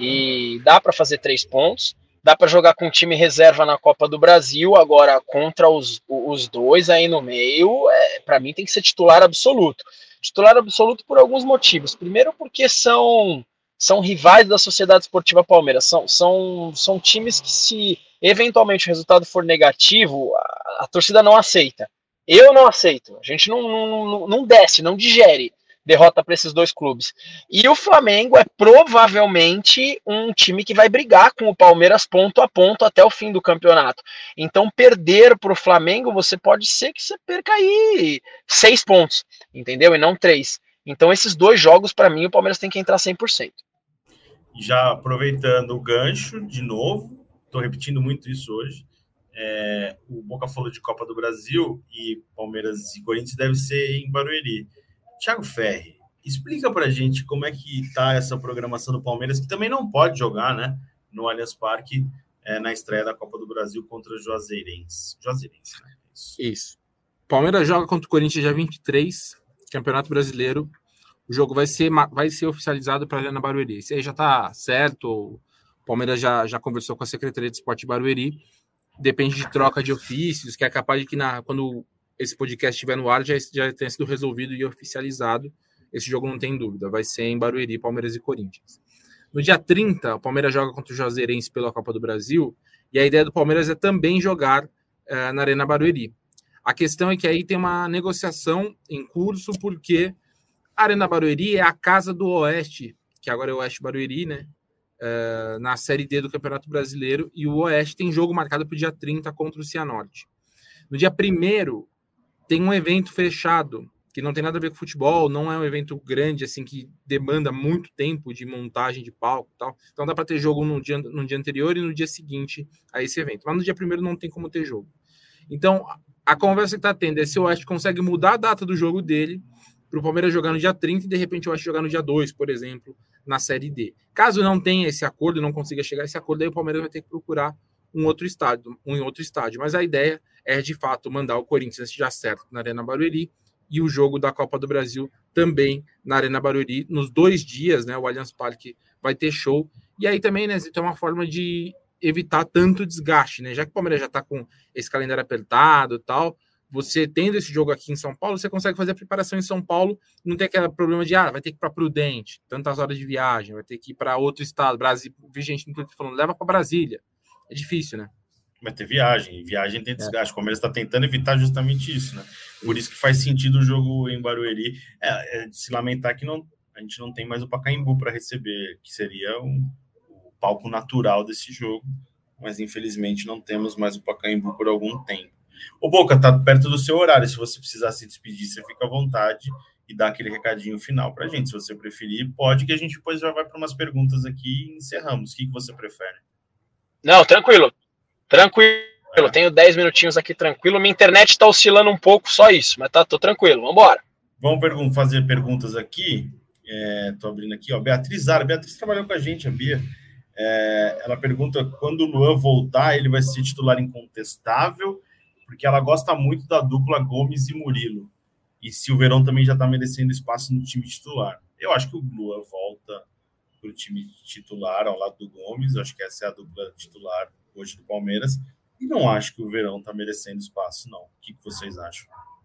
e dá para fazer três pontos. Dá para jogar com time reserva na Copa do Brasil, agora contra os, os dois aí no meio, é, para mim tem que ser titular absoluto. Titular absoluto por alguns motivos. Primeiro porque são, são rivais da Sociedade Esportiva Palmeiras, são, são, são times que se eventualmente o resultado for negativo, a, a torcida não aceita. Eu não aceito, a gente não, não, não desce, não digere derrota para esses dois clubes. E o Flamengo é provavelmente um time que vai brigar com o Palmeiras ponto a ponto até o fim do campeonato. Então, perder para o Flamengo, você pode ser que você perca aí seis pontos, entendeu? E não três. Então, esses dois jogos, para mim, o Palmeiras tem que entrar cem por cento. Já aproveitando o gancho, de novo, estou repetindo muito isso hoje, é, o Boca falou de Copa do Brasil e Palmeiras e Corinthians deve ser em Barueri. Thiago Ferri, explica pra gente como é que tá essa programação do Palmeiras, que também não pode jogar, né, no Allianz Parque, é, na estreia da Copa do Brasil contra o Juazeirense. Juazeirense, né? Isso. Isso. Palmeiras joga contra o Corinthians dia vinte e três, Campeonato Brasileiro. O jogo vai ser, vai ser oficializado para a Arena Barueri. Isso aí já tá certo, o Palmeiras já, já conversou com a Secretaria de Esporte de Barueri, depende de troca de ofícios, que é capaz de que na, quando esse podcast estiver no ar, já, já tenha sido resolvido e oficializado. Esse jogo não tem dúvida, vai ser em Barueri, Palmeiras e Corinthians. No dia trinta, o Palmeiras joga contra o Juazeirense pela Copa do Brasil, e a ideia do Palmeiras é também jogar uh, na Arena Barueri. A questão é que aí tem uma negociação em curso, porque a Arena Barueri é a casa do Oeste, que agora é o Oeste Barueri, né? Uh, na Série D do Campeonato Brasileiro, e o Oeste tem jogo marcado para o dia trinta contra o Cianorte. No dia primeiro, tem um evento fechado que não tem nada a ver com futebol, não é um evento grande, assim, que demanda muito tempo de montagem de palco e tal. Então dá para ter jogo no dia, no dia anterior e no dia seguinte a esse evento. Mas no dia primeiro não tem como ter jogo. Então, a conversa que está tendo é se o Oeste consegue mudar a data do jogo dele para o Palmeiras jogar no dia trinta e de repente o Oeste jogar no dia dois, por exemplo, na Série D. Caso não tenha esse acordo, não consiga chegar a esse acordo, aí o Palmeiras vai ter que procurar um outro estádio, um outro estádio. Mas a ideia é, de fato, mandar o Corinthians já certo na Arena Barueri e o jogo da Copa do Brasil também na Arena Barueri. Nos dois dias, né, o Allianz Parque vai ter show. E aí também, né, tem uma forma de evitar tanto desgaste, né? Já que o Palmeiras já está com esse calendário apertado e tal, você tendo esse jogo aqui em São Paulo, você consegue fazer a preparação em São Paulo, não tem aquele problema de, ah, vai ter que ir para Prudente, tantas horas de viagem, vai ter que ir para outro estado, Brasil, vi gente no Twitter falando, leva para Brasília. É difícil, né? Vai ter viagem, e viagem tem desgaste. É. O Palmeiras está tentando evitar justamente isso, né? Por isso que faz sentido o jogo em Barueri. É, é de se lamentar que não, a gente não tem mais o Pacaembu para receber, que seria um, o palco natural desse jogo, mas infelizmente não temos mais o Pacaembu por algum tempo. O Boca tá perto do seu horário, se você precisar se despedir, você fica à vontade e dá aquele recadinho final para a gente. Se você preferir, pode, que a gente depois já vai para umas perguntas aqui e encerramos. O que, que você prefere? Não, tranquilo. Tranquilo. É. Tenho dez minutinhos aqui tranquilo. Minha internet está oscilando um pouco, só isso, mas tá, tô tranquilo. Vamos embora. Vamos pergun- fazer perguntas aqui. É, tô abrindo aqui, ó. Beatriz Zara. Beatriz trabalhou com a gente, a Bia. É, ela pergunta quando o Luan voltar, ele vai ser titular incontestável, porque ela gosta muito da dupla Gomes e Murilo. E se o Verón também já está merecendo espaço no time titular. Eu acho que o Luan volta para o time titular ao lado do Gomes. Eu acho que essa é a dupla titular hoje do Palmeiras. E não acho que o Verón está merecendo espaço, não. O que, que vocês acham?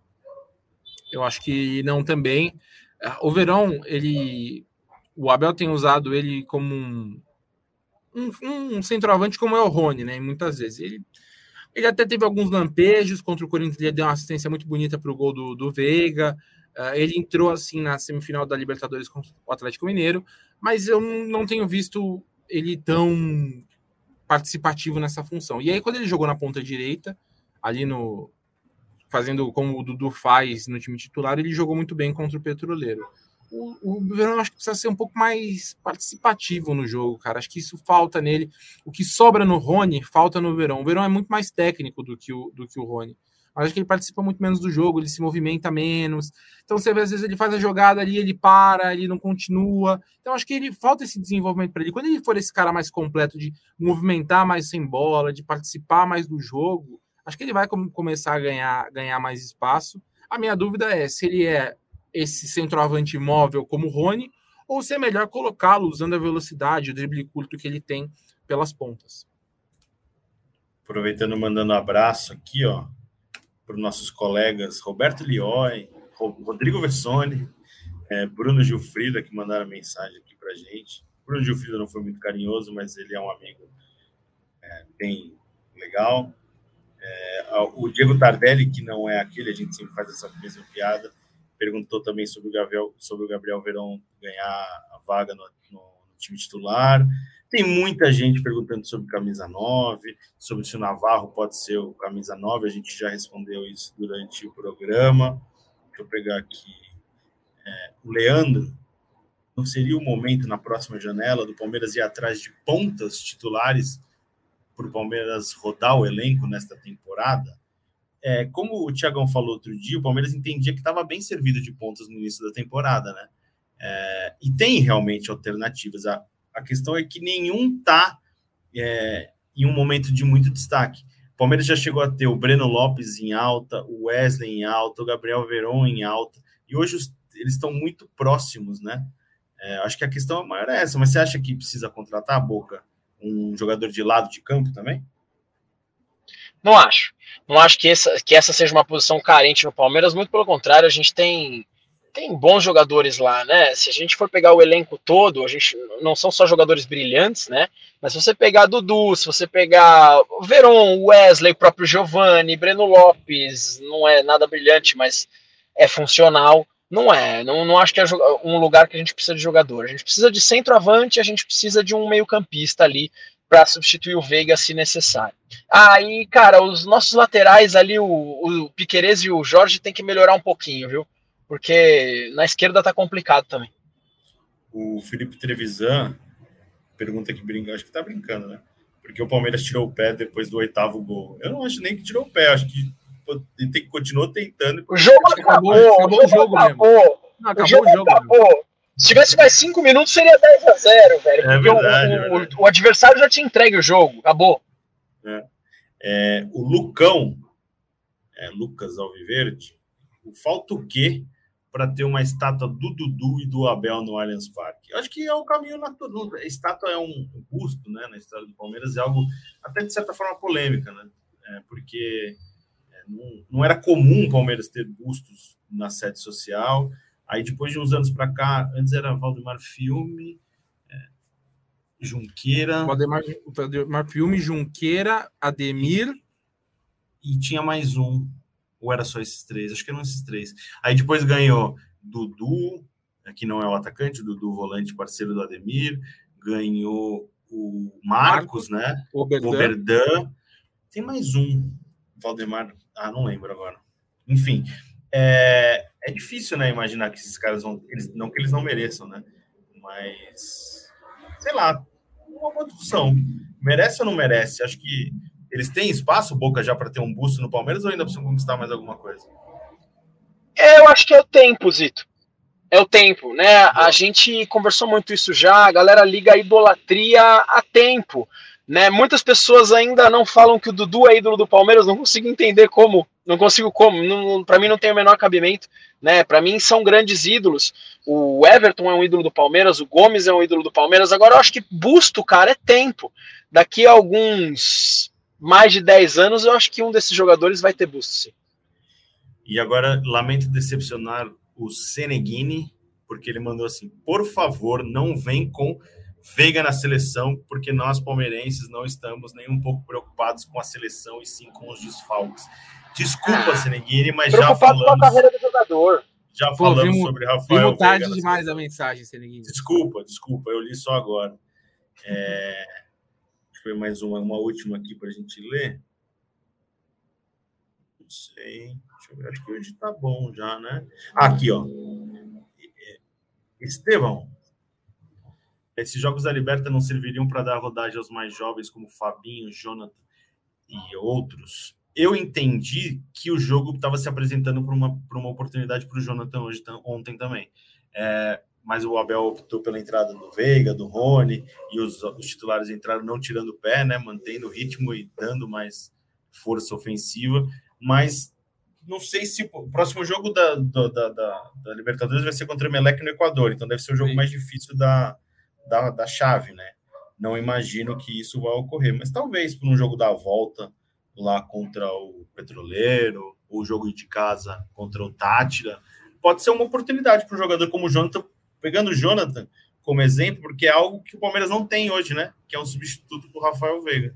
Eu acho que não também. O Verón, ele... O Abel tem usado ele como um, um, um centroavante como é o Rony, né? Muitas vezes. Ele... Ele até teve alguns lampejos contra o Corinthians, ele deu uma assistência muito bonita para o gol do, do Veiga. Uh, ele entrou assim na semifinal da Libertadores contra o Atlético Mineiro, mas eu não tenho visto ele tão participativo nessa função. E aí, quando ele jogou na ponta direita, ali no fazendo como o Dudu faz no time titular, ele jogou muito bem contra o Petroleiro. O, o Verón acho que precisa ser um pouco mais participativo no jogo, cara. Acho que isso falta nele. O que sobra no Rony, falta no Verón. O Verón é muito mais técnico do que o, do que o Rony. Mas acho que ele participa muito menos do jogo, ele se movimenta menos. Então, você vê, às vezes ele faz a jogada ali, ele para, ele não continua. Então, acho que ele falta esse desenvolvimento para ele. Quando ele for esse cara mais completo, de movimentar mais sem bola, de participar mais do jogo, acho que ele vai com, começar a ganhar, ganhar mais espaço. A minha dúvida é se ele é esse centroavante móvel como o Rony, ou se é melhor colocá-lo usando a velocidade, o drible curto que ele tem pelas pontas. Aproveitando, mandando um abraço aqui, ó, para os nossos colegas Roberto Lioi, Rodrigo Vessone, é, Bruno Gilfrida, que mandaram mensagem aqui para a gente. Bruno Gilfrida não foi muito carinhoso, mas ele é um amigo é, bem legal. É, o Diego Tardelli, que não é aquele, a gente sempre faz essa mesma piada, perguntou também sobre o Gabriel, sobre o Gabriel Verón ganhar a vaga no, no, no time titular. Tem muita gente perguntando sobre camisa nove, sobre se o Navarro pode ser o camisa nove. A gente já respondeu isso durante o programa. Deixa eu pegar aqui. É, o Leandro, não seria o momento na próxima janela do Palmeiras ir atrás de pontas titulares para o Palmeiras rodar o elenco nesta temporada? É, como o Thiagão falou outro dia, o Palmeiras entendia que estava bem servido de pontas no início da temporada, né? É, e tem realmente alternativas. A, a questão é que nenhum está é, em um momento de muito destaque. O Palmeiras já chegou a ter o Breno Lopes em alta, o Wesley em alta, o Gabriel Verón em alta, e hoje os, eles estão muito próximos, né? É, acho que a questão maior é essa, mas você acha que precisa contratar, Boca, um jogador de lado de campo também? Não acho. Não acho que essa, que essa seja uma posição carente no Palmeiras, muito pelo contrário, a gente tem, tem bons jogadores lá, né? Se a gente for pegar o elenco todo, a gente não são só jogadores brilhantes, né? Mas se você pegar Dudu, se você pegar o Verón, Wesley, o próprio Giovani, Breno Lopes, não é nada brilhante, mas é funcional. Não é, não, não acho que é um lugar que a gente precisa de jogador. A gente precisa de centroavante, a gente precisa de um meio-campista ali para substituir o Veiga se necessário. Aí, ah, cara, os nossos laterais ali, o, o Piquerez e o Jorge tem que melhorar um pouquinho, viu? porque na esquerda tá complicado também. O Felipe Trevisan pergunta que brinca, acho que tá brincando, né? Porque o Palmeiras tirou o pé depois do oitavo gol. Eu não acho nem que tirou o pé, acho que ele tem, continuou tentando. O jogo acabou, acabou, acabou o jogo acabou. Não, acabou o jogo, o jogo acabou. Se tivesse mais cinco minutos, seria dez a zero, velho. É porque verdade, o, é verdade. O, o adversário já tinha entregue o jogo, acabou. É. É, o Lucão, é, Lucas Alviverde, falta o quê para ter uma estátua do Dudu e do Abel no Allianz Parque? Eu acho que é o caminho natural. A estátua é um busto, né, na história do Palmeiras, é algo até de certa forma polêmica, né? É, porque é, não, não era comum o Palmeiras ter bustos na sede social. Aí depois de uns anos para cá, antes era Valdemar Filme, é, Junqueira. Valdemar, Valdemar Filme, Junqueira, Ademir. E tinha mais um. Ou era só esses três? Acho que eram esses três. Aí depois ganhou Dudu, que não é o atacante, o Dudu volante, parceiro do Ademir. Ganhou o Marcos, Marcos né? O Oberdan. Tem mais um. Valdemar. Ah, não lembro agora. Enfim. É, é difícil, né? Imaginar que esses caras vão... Eles, não que eles não mereçam, né? Mas... Sei lá. Uma boa discussão. Merece ou não merece? Acho que eles têm espaço, Boca, já para ter um busto no Palmeiras ou ainda precisam conquistar mais alguma coisa? Eu acho que é o tempo, Zito. É o tempo, né? A gente conversou muito isso já, a galera liga a idolatria a tempo, né? Muitas pessoas ainda não falam que o Dudu é ídolo do Palmeiras, não consigo entender como, não consigo como, para mim não tem o menor cabimento, né? Para mim são grandes ídolos. O Everton é um ídolo do Palmeiras, o Gomes é um ídolo do Palmeiras. Agora eu acho que busto, cara, é tempo. Daqui a alguns mais de dez anos, eu acho que um desses jogadores vai ter busto, sim. E agora, lamento decepcionar o Seneghini, porque ele mandou assim, por favor, não vem com Veiga na seleção, porque nós, palmeirenses, não estamos nem um pouco preocupados com a seleção e sim com os desfalques. Desculpa, ah, Seneghini, mas já falamos... com a carreira do jogador. Já Pô, falamos vimos, sobre Rafael Veiga tarde demais a mensagem, Seneghini. Desculpa, desculpa, eu li só agora. É... Foi mais uma, uma última aqui para a gente ler. Não sei. Deixa eu ver. Acho que hoje tá bom já, né? Aqui, ó. Estevão. Esses jogos da Liberta não serviriam para dar rodagem aos mais jovens, como Fabinho, Jonathan e outros. Eu entendi que o jogo estava se apresentando para uma, para uma oportunidade para o Jonathan hoje, ontem também. É... Mas o Abel optou pela entrada do Veiga, do Rony, e os, os titulares entraram não tirando o pé, né, mantendo o ritmo e dando mais força ofensiva. Mas não sei se o próximo jogo da, da, da, da Libertadores vai ser contra o Emelec no Equador, então deve ser o jogo Sim. mais difícil da, da, da chave, né? Não imagino que isso vai ocorrer, mas talvez por um jogo da volta lá contra o Petroleiro, ou o jogo de casa contra o Tátira, pode ser uma oportunidade para um jogador como o Jonathan, pegando o Jonathan como exemplo, porque é algo que o Palmeiras não tem hoje, né? Que é um substituto do Rafael Veiga.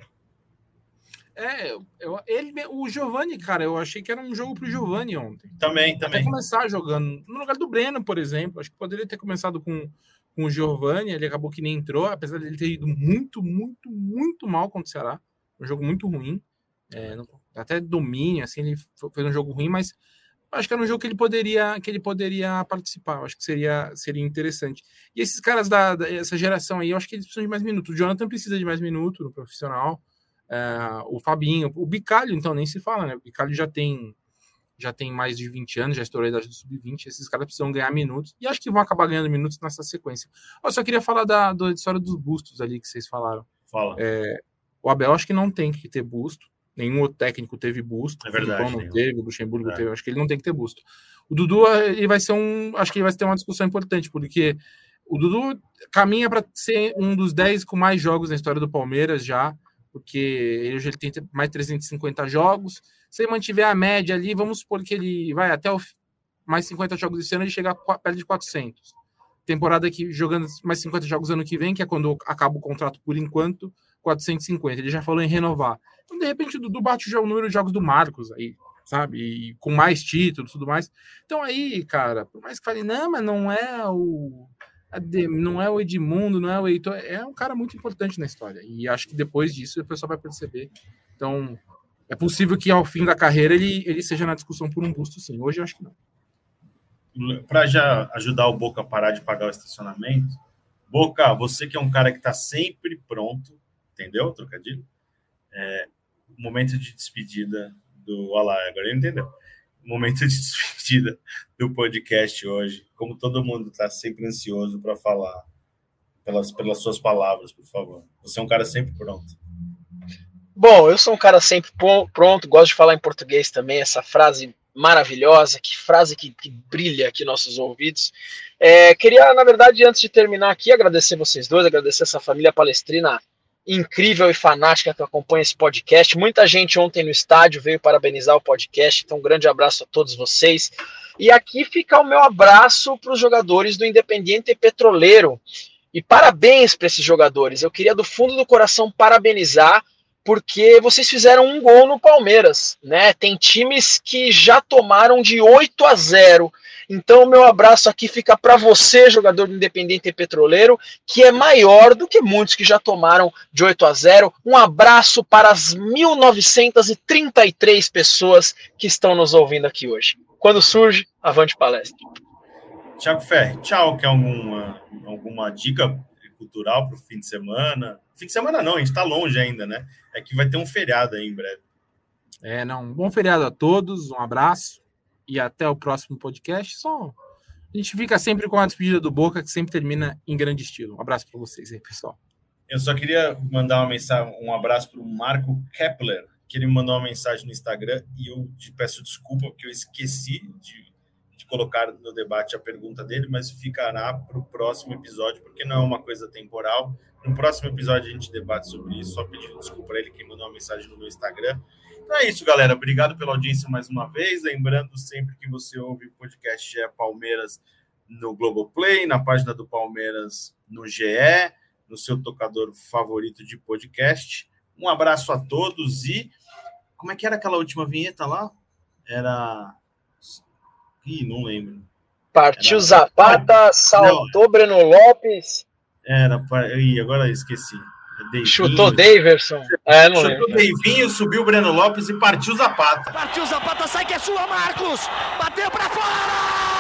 É, eu, ele, o Giovani, cara, eu achei que era um jogo pro Giovani ontem. Também, também. Até começar jogando, no lugar do Breno, por exemplo, acho que poderia ter começado com, com o Giovani, ele acabou que nem entrou, apesar dele ter ido muito, muito, muito mal contra o Ceará, um jogo muito ruim, é, até domínio, assim, ele fez um jogo ruim, mas acho que era um jogo que ele poderia, que ele poderia participar. Acho que seria, seria interessante. E esses caras da, dessa geração aí, eu acho que eles precisam de mais minutos. O Jonathan precisa de mais minutos no profissional. Uh, o Fabinho, o Bicalho, então, nem se fala, né? O Bicalho já tem, já tem mais de vinte anos, já estourou a idade do sub vinte. Esses caras precisam ganhar minutos. E acho que vão acabar ganhando minutos nessa sequência. Eu só queria falar da, da história dos bustos ali que vocês falaram. Fala. É, o Abel acho que não tem que ter busto. Nenhum outro técnico teve busto. É verdade. O Filipão não teve, o Luxemburgo é. teve. Acho que ele não tem que ter busto. O Dudu, ele vai ser um... Acho que ele vai ter uma discussão importante, porque o Dudu caminha para ser um dos dez com mais jogos na história do Palmeiras já, porque hoje ele tem mais trezentos e cinquenta jogos. Se ele mantiver a média ali, vamos supor que ele vai até o mais cinquenta jogos esse ano, ele chega perto de quatrocentos. Temporada que jogando mais cinquenta jogos ano que vem, que é quando acaba o contrato por enquanto, quatrocentos e cinquenta. Ele já falou em renovar. Então, de repente, o Dudu bate o número de jogos do Marcos aí, sabe? E com mais títulos e tudo mais. Então, aí, cara, por mais que fale, não, mas não é o... não é o Edmundo, não é o Heitor, é um cara muito importante na história. E acho que depois disso o pessoal vai perceber. Então, é possível que ao fim da carreira ele, ele seja na discussão por um busto, sim. Hoje eu acho que não. para já ajudar o Boca a parar de pagar o estacionamento, Boca, você que é um cara que está sempre pronto, entendeu? Trocadilho? É, momento de despedida do... Olha lá, agora ele entendeu. Momento de despedida do podcast hoje. Como todo mundo está sempre ansioso para falar, pelas, pelas suas palavras, por favor. Você é um cara sempre pronto. Bom, eu sou um cara sempre pronto, gosto de falar em português também, essa frase maravilhosa, que frase que, que brilha aqui nos nossos ouvidos. É, queria, na verdade, antes de terminar aqui, agradecer vocês dois, agradecer essa família palestrina incrível e fanática que acompanha esse podcast. Muita gente ontem no estádio veio parabenizar o podcast, então um grande abraço a todos vocês. E aqui fica o meu abraço para os jogadores do Independiente Petroleiro. E parabéns para esses jogadores. Eu queria do fundo do coração parabenizar, porque vocês fizeram um gol no Palmeiras, né? Tem times que já tomaram de oito a zero. Então, o meu abraço aqui fica para você, jogador do Independiente Petroleiro, que é maior do que muitos que já tomaram de oito a zero. Um abraço para as mil novecentas e trinta e três pessoas que estão nos ouvindo aqui hoje. Quando surge, avante palestra. Thiago Ferri, tchau. Quer alguma, alguma dica cultural para o fim de semana? Fim de semana não, a gente está longe ainda, né? É que vai ter um feriado aí em breve. É, não. Um bom feriado a todos, um abraço e até o próximo podcast. Só a gente fica sempre com a despedida do Boca, que sempre termina em grande estilo. Um abraço para vocês aí, pessoal. Eu só queria mandar uma mensagem, um abraço para o Marco Kepler, que ele me mandou uma mensagem no Instagram e eu te peço desculpa porque eu esqueci de, de colocar no debate a pergunta dele, mas ficará para o próximo episódio, porque não é uma coisa temporal. No próximo episódio a gente debate sobre isso, só pedindo desculpa para ele que mandou uma mensagem no meu Instagram. Então é isso, galera. Obrigado pela audiência mais uma vez. Lembrando sempre que você ouve o podcast é Palmeiras no Globoplay, na página do Palmeiras no G E, no seu tocador favorito de podcast. Um abraço a todos e... Como é que era aquela última vinheta lá? Era... Ih, não lembro. Partiu era... Zapata, saltou não. Breno Lopes... Era, Ih, agora eu esqueci. Deivinho. Chutou Daverson. É, não Chutou lembro. Deivinho, subiu o Breno Lopes e partiu Zapata. Partiu Zapata, sai que é sua, Marcos! Bateu pra fora!